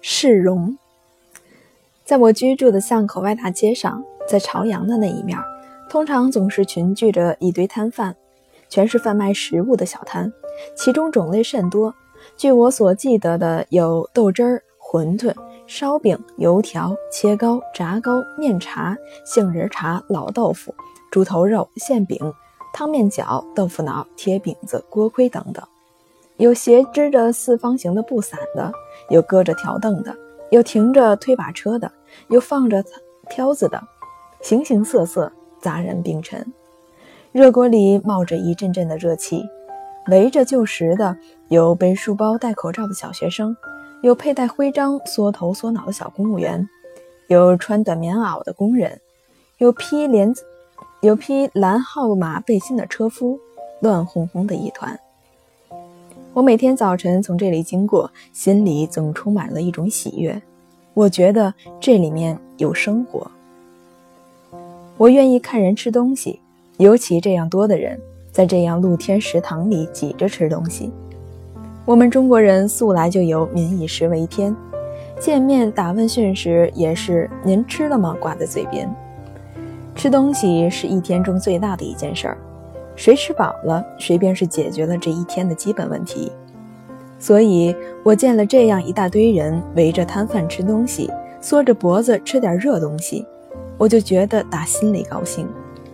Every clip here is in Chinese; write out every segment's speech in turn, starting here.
市容。在我居住的巷口外大街上，在朝阳的那一面，通常总是群聚着一堆摊贩，全是贩卖食物的小摊，其中种类甚多。据我所记得的，有豆汁儿、馄饨、烧饼、油条、切糕、炸糕、面茶、杏仁茶、老豆腐、猪头肉、馅饼、汤面饺、豆腐脑、铁饼子、锅盔等等。有斜支着四方形的布伞的，有搁着条凳的，有停着推把车的，有放着挑子的，形形色色，杂然并陈。热锅里冒着一阵阵的热气，围着就食的有背书包戴口罩的小学生，有佩戴徽章缩头缩脑的小公务员，有穿短棉袄的工人，有披蓝号码背心的车夫，乱哄哄的一团。我每天早晨从这里经过，心里总充满了一种喜悦。我觉得这里面有生活。我愿意看人吃东西，尤其这样多的人，在这样露天食堂里挤着吃东西。我们中国人素来就有民以食为天，见面打问讯时也是您吃了吗挂在嘴边。吃东西是一天中最大的一件事儿，谁吃饱了，谁便是解决了这一天的基本问题。所以我见了这样一大堆人围着摊贩吃东西，缩着脖子吃点热东西，我就觉得打心里高兴。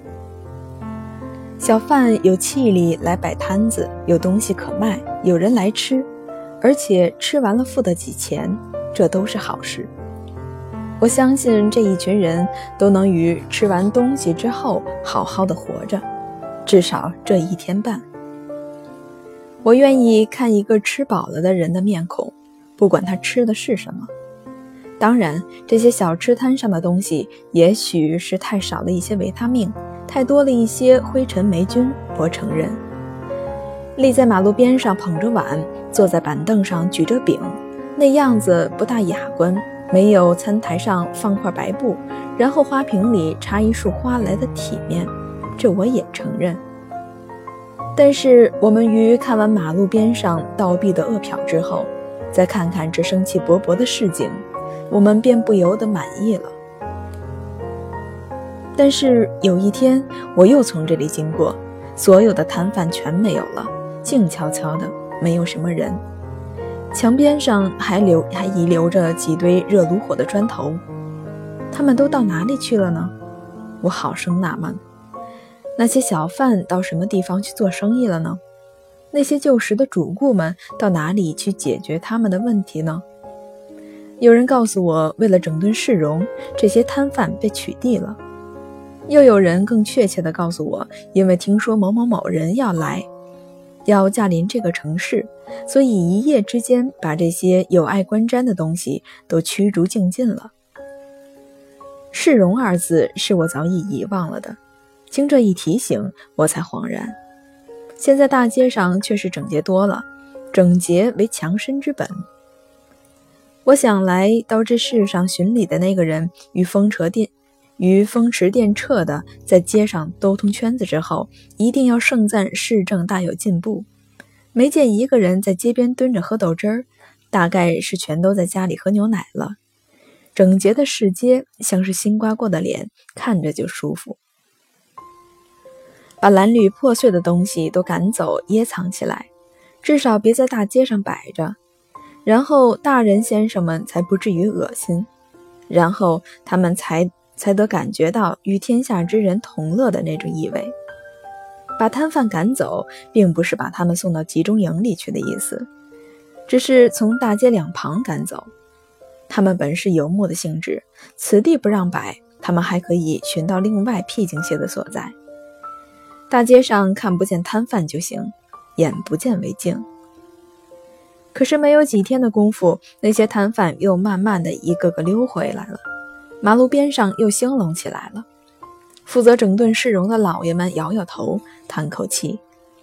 小贩有气力来摆摊子，有东西可卖，有人来吃，而且吃完了付得起钱，这都是好事。我相信这一群人都能于吃完东西之后好好的活着，至少这一天半。我愿意看一个吃饱了的人的面孔，不管他吃的是什么。当然，这些小吃摊上的东西也许是太少了一些维他命，太多了一些灰尘霉菌，我承认。立在马路边上捧着碗，坐在板凳上举着饼，那样子不大雅观，没有餐台上放块白布，然后花瓶里插一束花来的体面，这我也承认。但是我们于看完马路边上倒闭的饿殍之后，再看看这生气勃勃的市井，我们便不由得满意了。但是有一天我又从这里经过，所有的摊贩全没有了，静悄悄的，没有什么人。墙边上还遗留着几堆热炉火的砖头，他们都到哪里去了呢？我好生纳闷。那些小贩到什么地方去做生意了呢？那些旧时的主顾们到哪里去解决他们的问题呢？有人告诉我，为了整顿市容，这些摊贩被取缔了。又有人更确切地告诉我，因为听说某某某人要驾临这个城市，所以一夜之间把这些有碍观瞻的东西都驱逐净尽了。市容二字是我早已遗忘了的，经这一提醒，我才恍然。现在大街上却是整洁多了，整洁为强身之本。我想来到这世上巡礼的那个人与风驰电掣的在街上兜通圈子之后，一定要盛赞市政大有进步。没见一个人在街边蹲着喝豆汁儿，大概是全都在家里喝牛奶了。整洁的市街像是新刮过的脸，看着就舒服。把蓝绿破碎的东西都赶走，掖藏起来，至少别在大街上摆着，然后大人先生们才不至于恶心，然后他们才得感觉到与天下之人同乐的那种意味。把摊贩赶走，并不是把他们送到集中营里去的意思，只是从大街两旁赶走。他们本是游牧的性质，此地不让摆，他们还可以寻到另外僻静些的所在。大街上看不见摊贩就行，眼不见为净。可是没有几天的功夫，那些摊贩又慢慢的一个个溜回来了，马路边上又兴隆起来了。负责整顿市容的老爷们摇摇头，叹口气。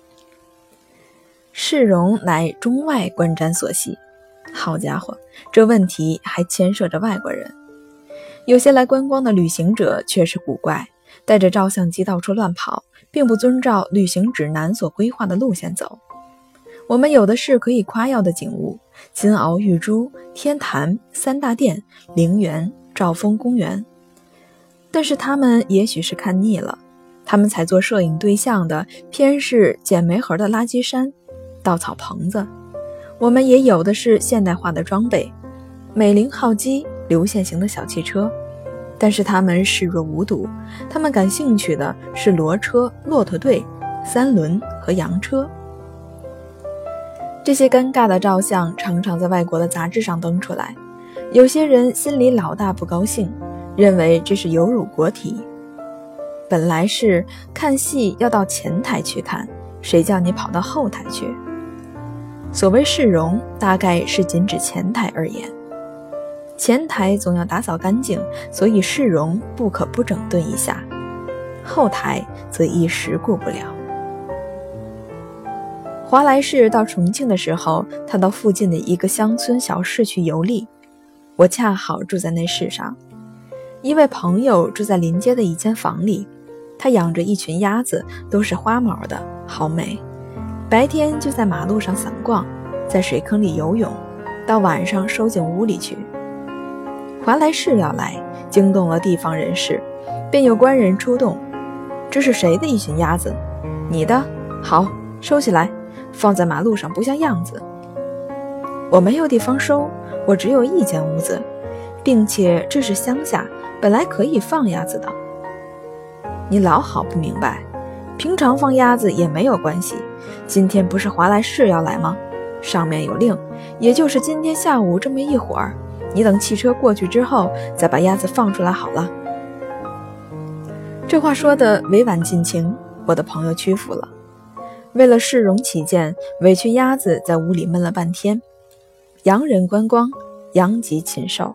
市容乃中外观瞻所系，好家伙，这问题还牵涉着外国人。有些来观光的旅行者却是古怪，带着照相机到处乱跑，并不遵照旅行指南所规划的路线走。 我们有的是可以夸耀的景物，金鳌玉珠、天坛、三大殿、陵园、兆丰公园。但是他们也许是看腻了，他们才做摄影对象的偏是捡煤盒的垃圾山、稻草棚子。我们也有的是现代化的装备，美龄号机、流线型的小汽车，但是他们视若无睹，他们感兴趣的是骡车、骆驼队、三轮和洋车。这些尴尬的照相常常在外国的杂志上登出来，有些人心里老大不高兴，认为这是有辱国体。本来是看戏要到前台去看，谁叫你跑到后台去？所谓市容，大概是仅指前台而言。前台总要打扫干净，所以市容不可不整顿一下，后台则一时顾不了。华莱士到重庆的时候，他到附近的一个乡村小市去游历，我恰好住在那市上。一位朋友住在临街的一间房里，他养着一群鸭子，都是花毛的，好美。白天就在马路上散逛，在水坑里游泳，到晚上收进屋里去。华莱士要来，惊动了地方人士，便有官人出动。这是谁的一群鸭子？你的？好，收起来，放在马路上不像样子。我没有地方收，我只有一间屋子，并且这是乡下，本来可以放鸭子的。你老好不明白，平常放鸭子也没有关系，今天不是华莱士要来吗？上面有令，也就是今天下午这么一会儿，你等汽车过去之后再把鸭子放出来好了。这话说得委婉尽情，我的朋友屈服了。为了市容起见，委屈鸭子在屋里闷了半天。洋人观光，殃及禽兽。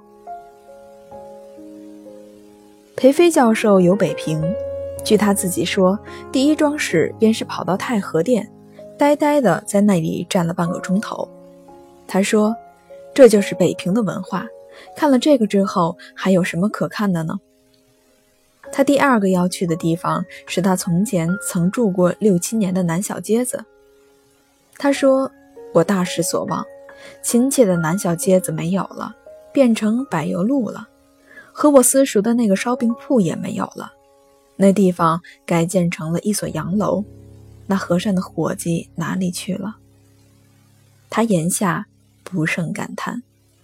裴飞教授游北平，据他自己说，第一桩事便是跑到太和殿，呆呆地在那里站了半个钟头。他说，这就是北平的文化，看了这个之后还有什么可看的呢？他第二个要去的地方是他从前曾住过6、7年的南小街子。他说，我大失所望，亲切的南小街子没有了，变成柏油路了，和我私塾的那个烧饼铺也没有了，那地方改建成了一所洋楼，那和善的伙计哪里去了？他言下不胜感叹。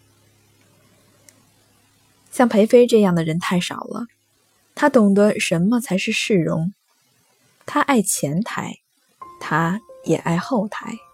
像裴飞这样的人太少了，他懂得什么才是市容，他爱前台，他也爱后台。